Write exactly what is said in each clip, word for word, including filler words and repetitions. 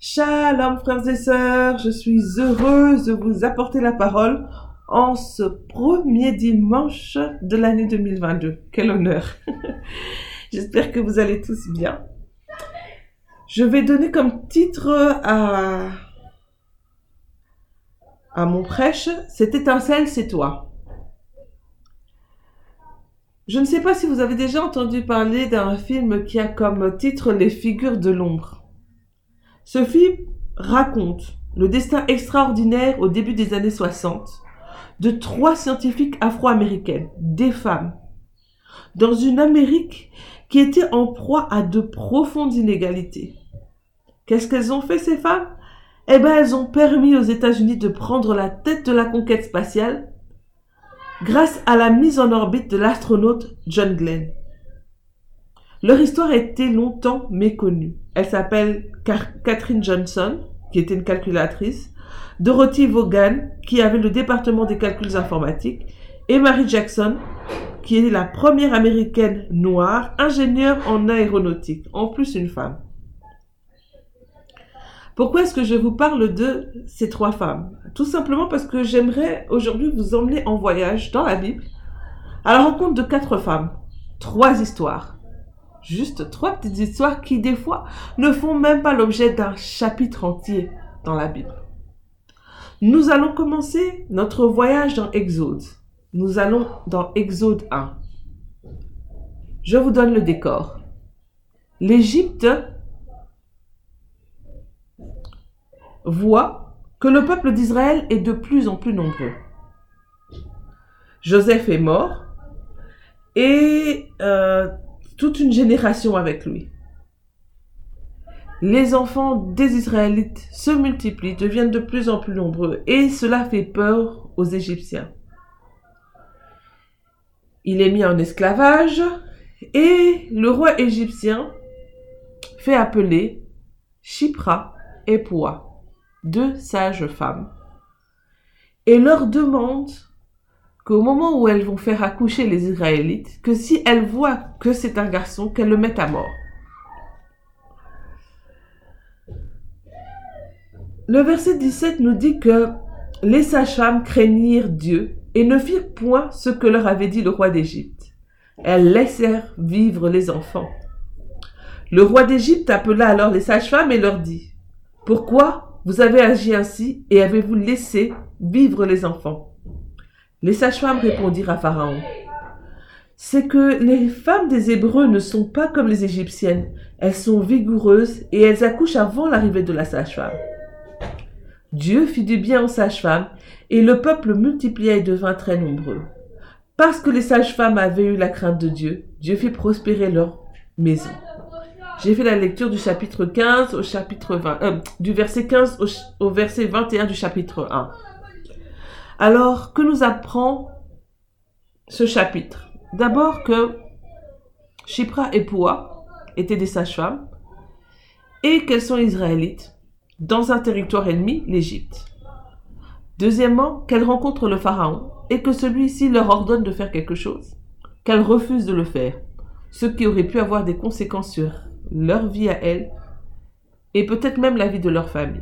Shalom frères et sœurs, je suis heureuse de vous apporter la parole en ce premier dimanche de l'année deux mille vingt-deux. Quel honneur. J'espère que vous allez tous bien. Je vais donner comme titre à, à mon prêche, cette étincelle, c'est toi. Je ne sais pas si vous avez déjà entendu parler d'un film qui a comme titre Les figures de l'ombre. Ce film raconte le destin extraordinaire au début des années soixante de trois scientifiques afro-américaines, des femmes, dans une Amérique qui était en proie à de profondes inégalités. Qu'est-ce qu'elles ont fait, ces femmes? Eh bien, elles ont permis aux États-Unis de prendre la tête de la conquête spatiale grâce à la mise en orbite de l'astronaute John Glenn. Leur histoire a été longtemps méconnue. Elle s'appelle Katherine Johnson, qui était une calculatrice, Dorothy Vaughan, qui avait le département des calculs informatiques, et Mary Jackson, qui est la première américaine noire ingénieure en aéronautique, en plus une femme. Pourquoi est-ce que je vous parle de ces trois femmes? Tout simplement parce que j'aimerais aujourd'hui vous emmener en voyage dans la Bible à la rencontre de quatre femmes, trois histoires. Juste trois petites histoires qui, des fois, ne font même pas l'objet d'un chapitre entier dans la Bible. Nous allons commencer notre voyage dans Exode. Nous allons dans Exode un. Je vous donne le décor. L'Égypte voit que le peuple d'Israël est de plus en plus nombreux. Joseph est mort et euh, toute une génération avec lui. Les enfants des Israélites se multiplient, deviennent de plus en plus nombreux et cela fait peur aux Égyptiens. Il est mis en esclavage et le roi égyptien fait appeler Shipra et Poua, deux sages femmes, et leur demande qu'au moment où elles vont faire accoucher les Israélites, que si elles voient que c'est un garçon, qu'elles le mettent à mort. Le verset dix-sept nous dit que les sages-femmes craignirent Dieu et ne firent point ce que leur avait dit le roi d'Égypte. Elles laissèrent vivre les enfants. Le roi d'Égypte appela alors les sages-femmes et leur dit: « Pourquoi vous avez agi ainsi et avez-vous laissé vivre les enfants ?» Les sages-femmes répondirent à Pharaon: « C'est que les femmes des Hébreux ne sont pas comme les Égyptiennes. Elles sont vigoureuses et elles accouchent avant l'arrivée de la sage-femme. » Dieu fit du bien aux sages-femmes et le peuple multiplia et devint très nombreux. Parce que les sages-femmes avaient eu la crainte de Dieu, Dieu fit prospérer leur maison. J'ai fait la lecture du chapitre quinze au chapitre vingt, euh, du verset quinze au, au verset vingt et un du chapitre un. Alors, que nous apprend ce chapitre? D'abord que Shipra et Poua étaient des sages-femmes et qu'elles sont israélites dans un territoire ennemi, l'Égypte. Deuxièmement, qu'elles rencontrent le pharaon et que celui-ci leur ordonne de faire quelque chose, qu'elles refusent de le faire, ce qui aurait pu avoir des conséquences sur leur vie à elles et peut-être même la vie de leur famille.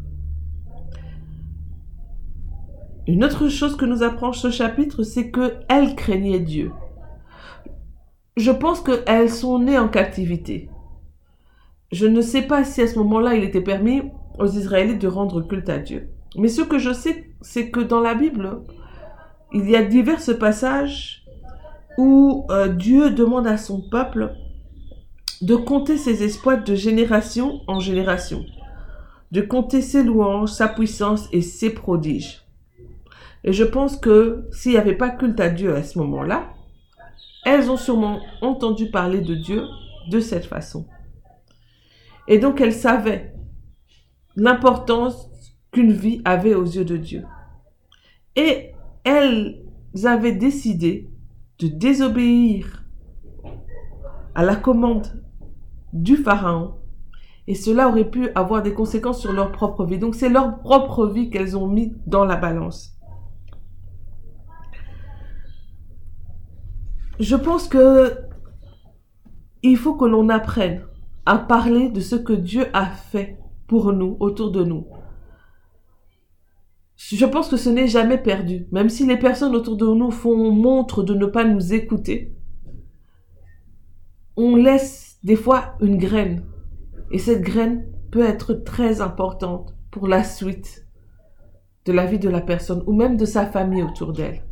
Une autre chose que nous apprend ce chapitre, c'est qu'elles craignaient Dieu. Je pense qu'elles sont nées en captivité. Je ne sais pas si à ce moment-là, il était permis aux Israélites de rendre culte à Dieu. Mais ce que je sais, c'est que dans la Bible, il y a divers passages où euh, Dieu demande à son peuple de compter ses exploits de génération en génération, de compter ses louanges, sa puissance et ses prodiges. Et je pense que s'il n'y avait pas culte à Dieu à ce moment-là, elles ont sûrement entendu parler de Dieu de cette façon. Et donc elles savaient l'importance qu'une vie avait aux yeux de Dieu. Et elles avaient décidé de désobéir à la commande du pharaon. Et cela aurait pu avoir des conséquences sur leur propre vie. Donc c'est leur propre vie qu'elles ont mis dans la balance. Je pense que il faut que l'on apprenne à parler de ce que Dieu a fait pour nous, autour de nous. Je pense que ce n'est jamais perdu. Même si les personnes autour de nous font montre de ne pas nous écouter, on laisse des fois une graine. Et cette graine peut être très importante pour la suite de la vie de la personne ou même de sa famille autour d'elle.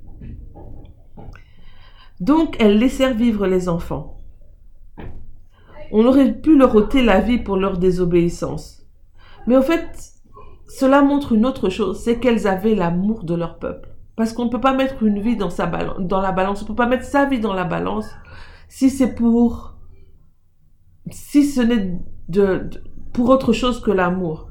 Donc, elles laissèrent vivre les enfants. On aurait pu leur ôter la vie pour leur désobéissance. Mais en fait, cela montre une autre chose, c'est qu'elles avaient l'amour de leur peuple. Parce qu'on ne peut pas mettre une vie dans, sa balance, dans la balance, on ne peut pas mettre sa vie dans la balance si c'est pour, si ce n'est de, de, pour autre chose que l'amour.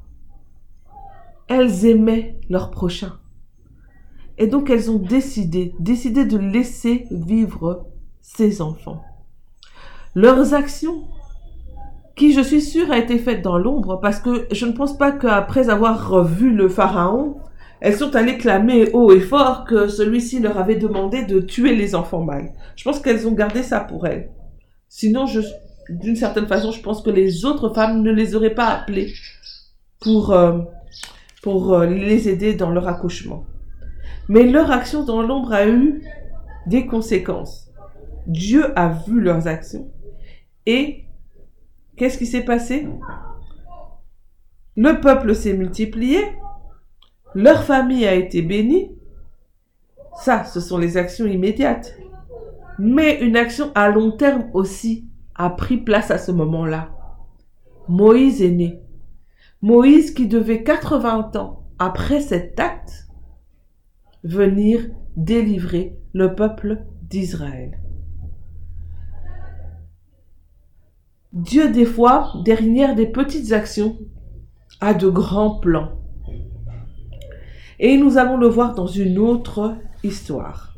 Elles aimaient leur prochain. Et donc elles ont décidé, décidé de laisser vivre ces enfants. Leurs actions, qui je suis sûre a été faite dans l'ombre, parce que je ne pense pas qu'après avoir revu le pharaon, elles sont allées clamer haut et fort que celui-ci leur avait demandé de tuer les enfants mâles. Je pense qu'elles ont gardé ça pour elles. Sinon, je, d'une certaine façon, je pense que les autres femmes ne les auraient pas appelées pour, euh, pour euh, les aider dans leur accouchement. Mais leur action dans l'ombre a eu des conséquences. Dieu a vu leurs actions. Et qu'est-ce qui s'est passé? Le peuple s'est multiplié, leur famille a été bénie. Ça, ce sont les actions immédiates. Mais une action à long terme aussi a pris place à ce moment-là. Moïse est né. Moïse qui devait quatre-vingts ans après cet acte venir délivrer le peuple d'Israël. Dieu, des fois, derrière des petites actions, a de grands plans. Et nous allons le voir dans une autre histoire.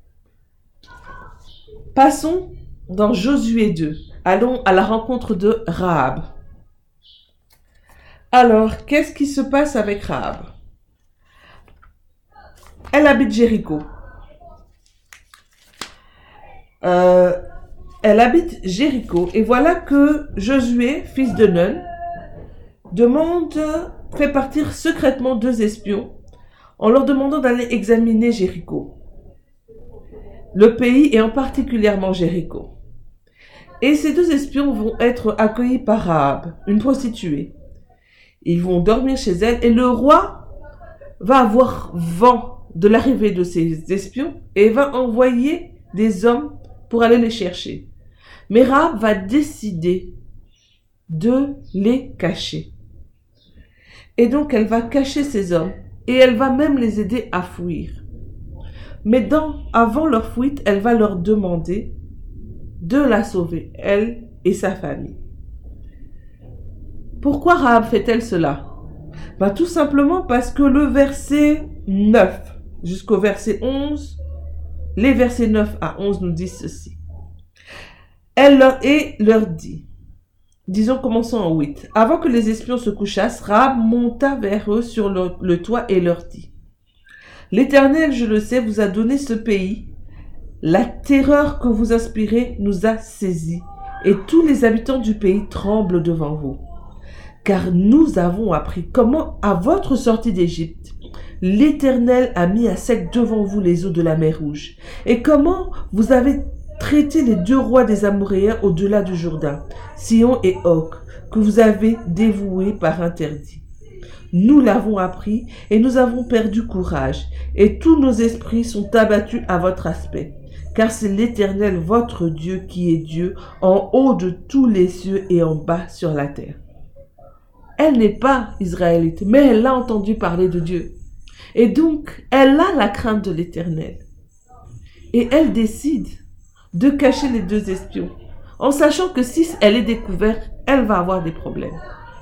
Passons dans Josué deux. Allons à la rencontre de Rahab. Alors, qu'est-ce qui se passe avec Rahab? Elle habite Jéricho. Euh... Elle habite Jéricho et voilà que Josué, fils de Nun, demande, fait partir secrètement deux espions en leur demandant d'aller examiner Jéricho, le pays et en particulièrement Jéricho. Et ces deux espions vont être accueillis par Rahab, une prostituée. Ils vont dormir chez elle et le roi va avoir vent de l'arrivée de ces espions et va envoyer des hommes pour aller les chercher. Mais Rahab va décider de les cacher. Et donc, elle va cacher ces hommes et elle va même les aider à fuir. Mais dans, avant leur fuite, elle va leur demander de la sauver, elle et sa famille. Pourquoi Rahab fait-elle cela? Ben, tout simplement parce que le verset neuf jusqu'au verset onze, les versets neuf à onze nous disent ceci. Elle leur, et leur dit, disons commençons en huit, avant que les espions se couchassent, Rahab monta vers eux sur le, le toit et leur dit, l'Éternel, je le sais, vous a donné ce pays, la terreur que vous inspirez nous a saisis, et tous les habitants du pays tremblent devant vous. Car nous avons appris comment, à votre sortie d'Égypte, l'Éternel a mis à sec devant vous les eaux de la mer Rouge, et comment vous avez traité les deux rois des Amoréens au-delà du Jourdain, Sihon et Og, que vous avez dévoués par interdit. Nous l'avons appris et nous avons perdu courage, et tous nos esprits sont abattus à votre aspect, car c'est l'Éternel votre Dieu qui est Dieu en haut de tous les cieux et en bas sur la terre. Elle n'est pas israélite, mais elle a entendu parler de Dieu. Et donc, elle a la crainte de l'Éternel. Et elle décide de cacher les deux espions, en sachant que si elle est découverte, elle va avoir des problèmes.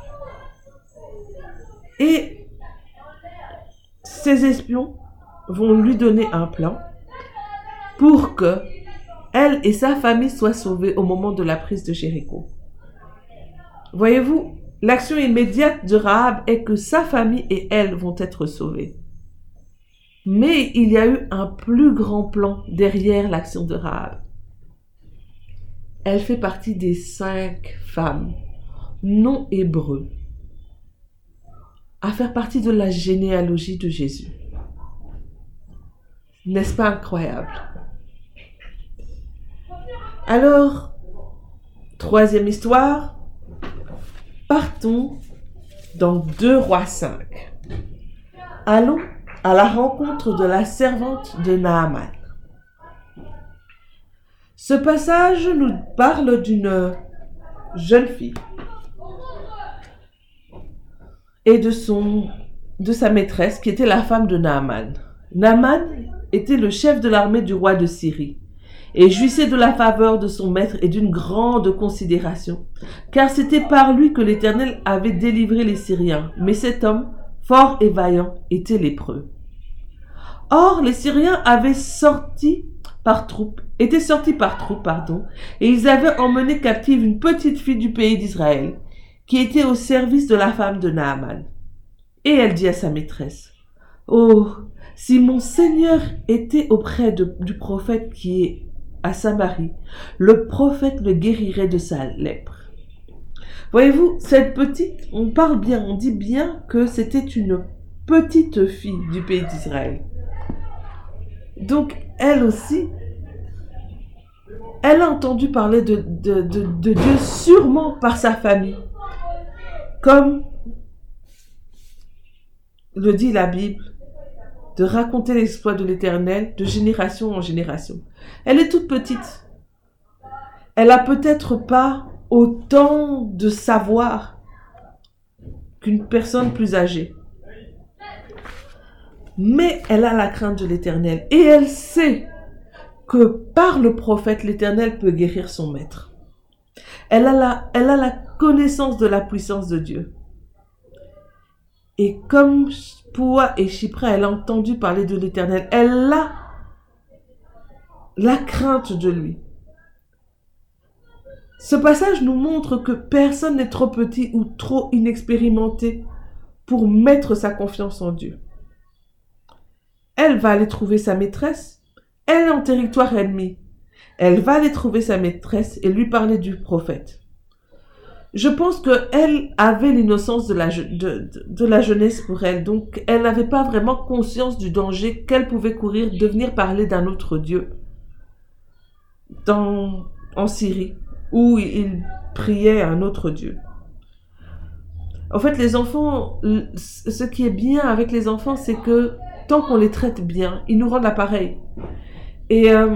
Et ces espions vont lui donner un plan pour que elle et sa famille soient sauvées au moment de la prise de Jéricho. Voyez-vous, l'action immédiate de Rahab est que sa famille et elle vont être sauvées. Mais il y a eu un plus grand plan derrière l'action de Rahab. Elle fait partie des cinq femmes non hébreux à faire partie de la généalogie de Jésus. N'est-ce pas incroyable? Alors, troisième histoire, partons dans deux Rois cinq. Allons à la rencontre de la servante de Naaman. Ce passage nous parle d'une jeune fille et de, son, de sa maîtresse qui était la femme de Naaman. Naaman était le chef de l'armée du roi de Syrie et jouissait de la faveur de son maître et d'une grande considération, car c'était par lui que l'Éternel avait délivré les Syriens. Mais cet homme, fort et vaillant, était lépreux. Or, les Syriens avaient sorti par troupes, étaient sortis par troupes, pardon, et ils avaient emmené captive une petite fille du pays d'Israël, qui était au service de la femme de Naaman. Et elle dit à sa maîtresse, « Oh, si mon Seigneur était auprès de, du prophète qui est à Samarie, le prophète le guérirait de sa lèpre. » Voyez-vous, cette petite, on parle bien, on dit bien que c'était une petite fille du pays d'Israël. Donc, elle aussi, elle a entendu parler de, de, de, de Dieu sûrement par sa famille. Comme le dit la Bible, de raconter l'exploit de l'Éternel de génération en génération. Elle est toute petite. Elle a peut-être pas autant de savoir qu'une personne plus âgée. Mais elle a la crainte de l'Éternel et elle sait que par le prophète, l'Éternel peut guérir son maître. Elle a la, elle a la connaissance de la puissance de Dieu. Et comme Poua et Shipra, elle a entendu parler de l'Éternel, elle a la crainte de lui. Ce passage nous montre que personne n'est trop petit ou trop inexpérimenté pour mettre sa confiance en Dieu. Elle va aller trouver sa maîtresse. Elle est en territoire ennemi. Elle va aller trouver sa maîtresse et lui parler du prophète. Je pense qu'elle avait l'innocence de la, de, de, de la jeunesse pour elle. Donc, elle n'avait pas vraiment conscience du danger qu'elle pouvait courir de venir parler d'un autre Dieu dans, en Syrie, où il priait à un autre Dieu. En fait, les enfants, ce qui est bien avec les enfants, c'est que tant qu'on les traite bien, ils nous rendent l'appareil. Et euh,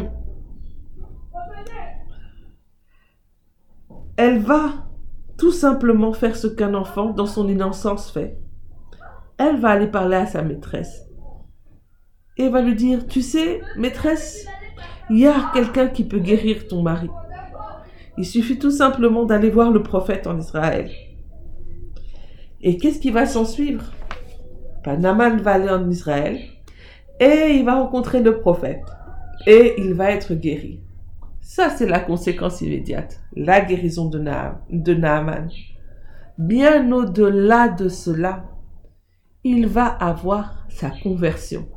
elle va tout simplement faire ce qu'un enfant, dans son innocence, fait. Elle va aller parler à sa maîtresse. Et va lui dire, tu sais, maîtresse, il y a quelqu'un qui peut guérir ton mari. Il suffit tout simplement d'aller voir le prophète en Israël. Et qu'est-ce qui va s'en suivre? Naaman va aller en Israël et il va rencontrer le prophète et il va être guéri. Ça, c'est la conséquence immédiate, la guérison de, Na- de Naaman. Bien au-delà de cela, il va avoir sa conversion.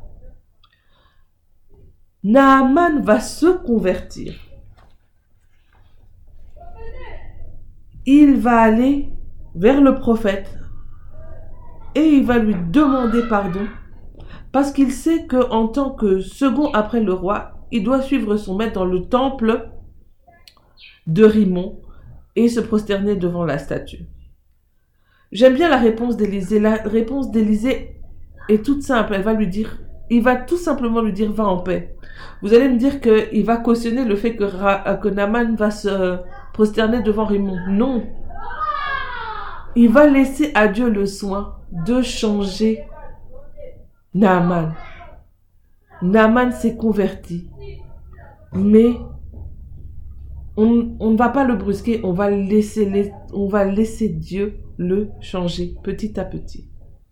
Naaman va se convertir. Il va aller vers le prophète et il va lui demander pardon parce qu'il sait qu'en tant que second après le roi, il doit suivre son maître dans le temple de Rimmon et se prosterner devant la statue. J'aime bien la réponse d'Élisée. La réponse d'Élisée est toute simple. Elle va lui dire, il va tout simplement lui dire, va en paix. Vous allez me dire qu'il va cautionner le fait que, que Naaman va se prosterner devant Rimmon. Non. Il va laisser à Dieu le soin de changer Naaman. Naaman s'est converti. Mais on, on ne va pas le brusquer, on va laisser, les, on va laisser Dieu le changer petit à petit.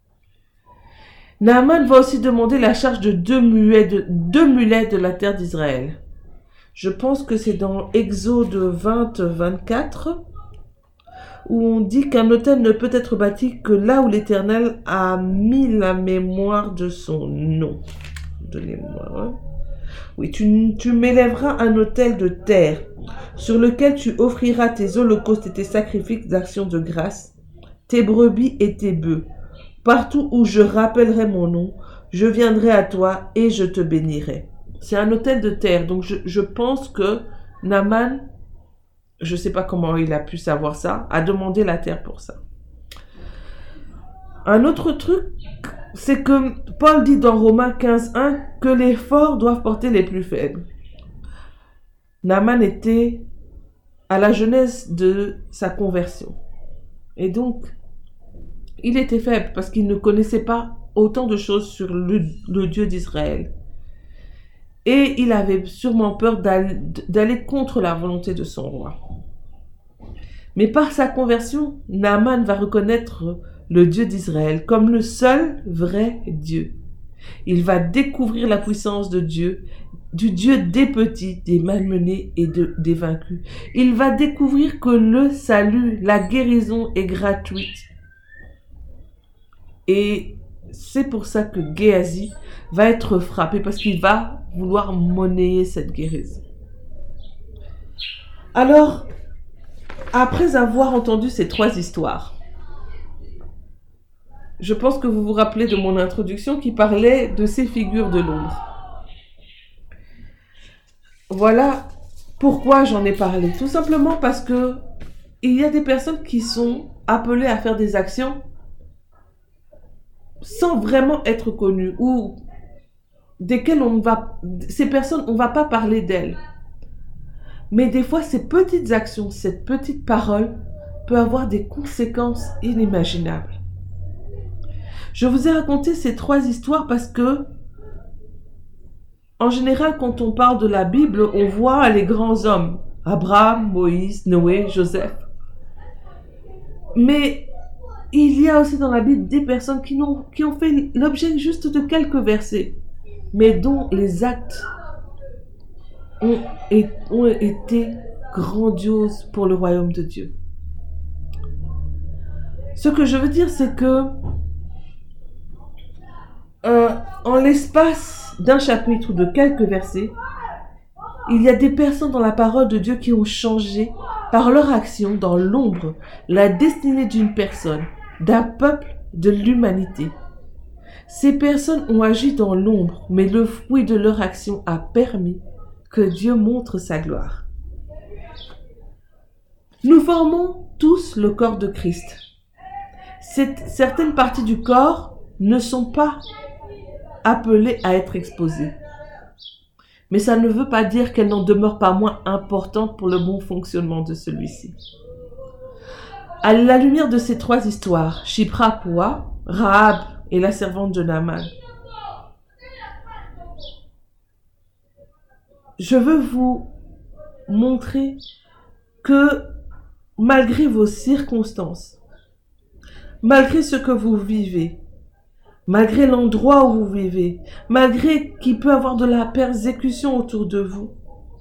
Naaman va aussi demander la charge de deux mulets de, deux mulets de la terre d'Israël. Je pense que c'est dans Exode vingt, vingt-quatre, où on dit qu'un autel ne peut être bâti que là où l'Éternel a mis la mémoire de son nom. Donnez-moi. Hein. Oui, tu, tu m'élèveras un autel de terre, sur lequel tu offriras tes holocaustes et tes sacrifices d'action de grâce, tes brebis et tes bœufs, Partout où je rappellerai mon nom, je viendrai à toi et je te bénirai. C'est un autel de terre, donc je, je pense que Naaman, je ne sais pas comment il a pu savoir ça, a demandé la terre pour ça. Un autre truc, c'est que Paul dit dans Romains quinze un que les forts doivent porter les plus faibles. Naaman était à la genèse de sa conversion. Et donc, il était faible parce qu'il ne connaissait pas autant de choses sur le, le Dieu d'Israël. Et il avait sûrement peur d'aller, d'aller contre la volonté de son roi. Mais par sa conversion, Naaman va reconnaître le Dieu d'Israël comme le seul vrai Dieu. Il va découvrir la puissance de Dieu, du Dieu des petits, des malmenés et de, des vaincus. Il va découvrir que le salut, la guérison est gratuite. Et c'est pour ça que Géasi va être frappé, parce qu'il va vouloir monnayer cette guérison. Alors, après avoir entendu ces trois histoires, je pense que vous vous rappelez de mon introduction qui parlait de ces figures de l'ombre. Voilà pourquoi j'en ai parlé. Tout simplement parce que il y a des personnes qui sont appelées à faire des actions sans vraiment être connues, ou desquelles on va, ces personnes, on ne va pas parler d'elles. Mais des fois, ces petites actions, cette petite parole peut avoir des conséquences inimaginables. Je vous ai raconté ces trois histoires parce que, en général, quand on parle de la Bible, on voit les grands hommes, Abraham, Moïse, Noé, Joseph. Mais il y a aussi dans la Bible des personnes qui, n'ont, qui ont fait l'objet juste de quelques versets, mais dont les actes ont, ont été grandioses pour le royaume de Dieu. Ce que je veux dire, c'est que euh, en l'espace d'un chapitre ou de quelques versets, il y a des personnes dans la parole de Dieu qui ont changé par leur action dans l'ombre la destinée d'une personne, d'un peuple, de l'humanité. Ces personnes ont agi dans l'ombre, mais le fruit de leur action a permis que Dieu montre sa gloire. Nous formons tous le corps de Christ. Cette, certaines parties du corps ne sont pas appelées à être exposées. Mais ça ne veut pas dire qu'elles n'en demeurent pas moins importantes pour le bon fonctionnement de celui-ci. À la lumière de ces trois histoires, Shipra Poua, Rahab et la servante de Naaman, je veux vous montrer que malgré vos circonstances, malgré ce que vous vivez, malgré l'endroit où vous vivez, malgré qu'il peut y avoir de la persécution autour de vous,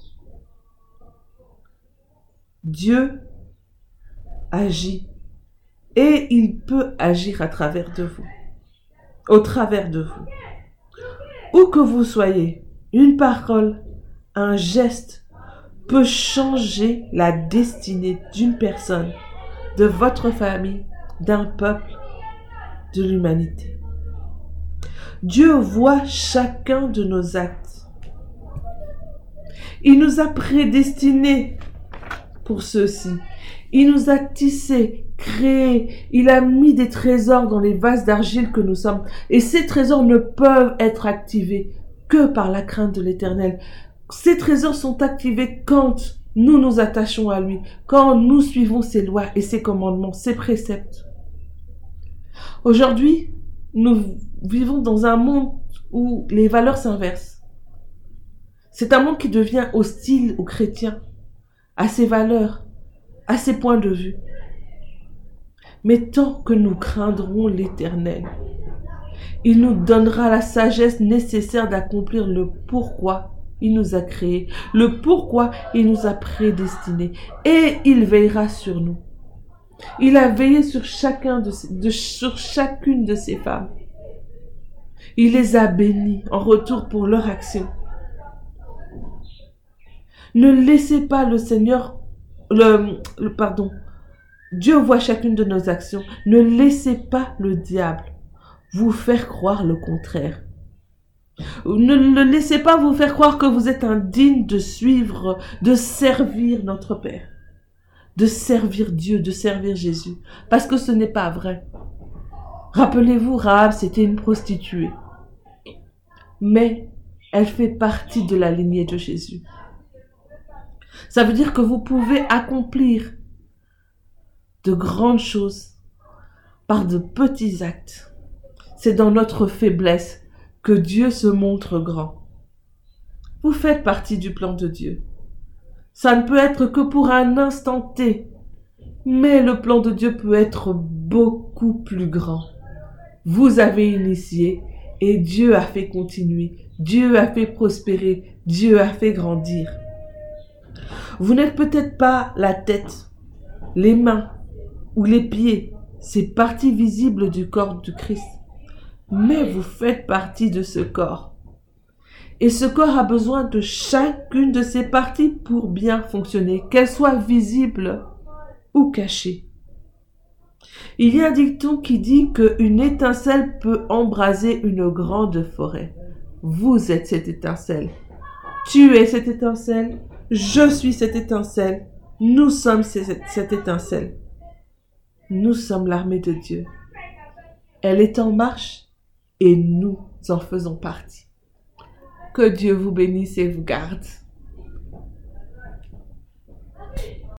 Dieu agit et il peut agir à travers de vous, au travers de vous. Où que vous soyez, une parole, un geste peut changer la destinée d'une personne, de votre famille, d'un peuple, de l'humanité. Dieu voit chacun de nos actes. Il nous a prédestinés pour ceci. Il nous a tissés, créés. Il a mis des trésors dans les vases d'argile que nous sommes. Et ces trésors ne peuvent être activés que par la crainte de l'Éternel. Ces trésors sont activés quand nous nous attachons à lui, quand nous suivons ses lois et ses commandements, ses préceptes. Aujourd'hui, nous vivons dans un monde où les valeurs s'inversent. C'est un monde qui devient hostile aux chrétiens, à ses valeurs, à ses points de vue. Mais tant que nous craindrons l'Éternel, il nous donnera la sagesse nécessaire d'accomplir le pourquoi il nous a créés, le pourquoi il nous a prédestinés, et il veillera sur nous. Il a veillé sur chacun de, ces, de sur chacune de ces femmes. Il les a bénies en retour pour leur action. Ne laissez pas le Seigneur, le, le pardon, Dieu voit chacune de nos actions. Ne laissez pas le diable vous faire croire le contraire. Ne le laissez pas vous faire croire que vous êtes indigne de suivre, de servir notre Père, de servir Dieu, de servir Jésus, parce que ce n'est pas vrai. Rappelez-vous, Rahab, c'était une prostituée, mais elle fait partie de la lignée de Jésus. Ça veut dire que vous pouvez accomplir de grandes choses par de petits actes. C'est dans notre faiblesse que Dieu se montre grand. Vous faites partie du plan de Dieu. Ça ne peut être que pour un instant T, mais le plan de Dieu peut être beaucoup plus grand. Vous avez initié et Dieu a fait continuer, Dieu a fait prospérer, Dieu a fait grandir. Vous n'êtes peut-être pas la tête, les mains ou les pieds, ces parties visibles du corps du Christ. Mais vous faites partie de ce corps. Et ce corps a besoin de chacune de ces parties pour bien fonctionner, qu'elles soient visibles ou cachées. Il y a un dicton qui dit qu'une étincelle peut embraser une grande forêt. Vous êtes cette étincelle. Tu es cette étincelle. Je suis cette étincelle. Nous sommes cette, cette étincelle. Nous sommes l'armée de Dieu. Elle est en marche et nous en faisons partie. Que Dieu vous bénisse et vous garde.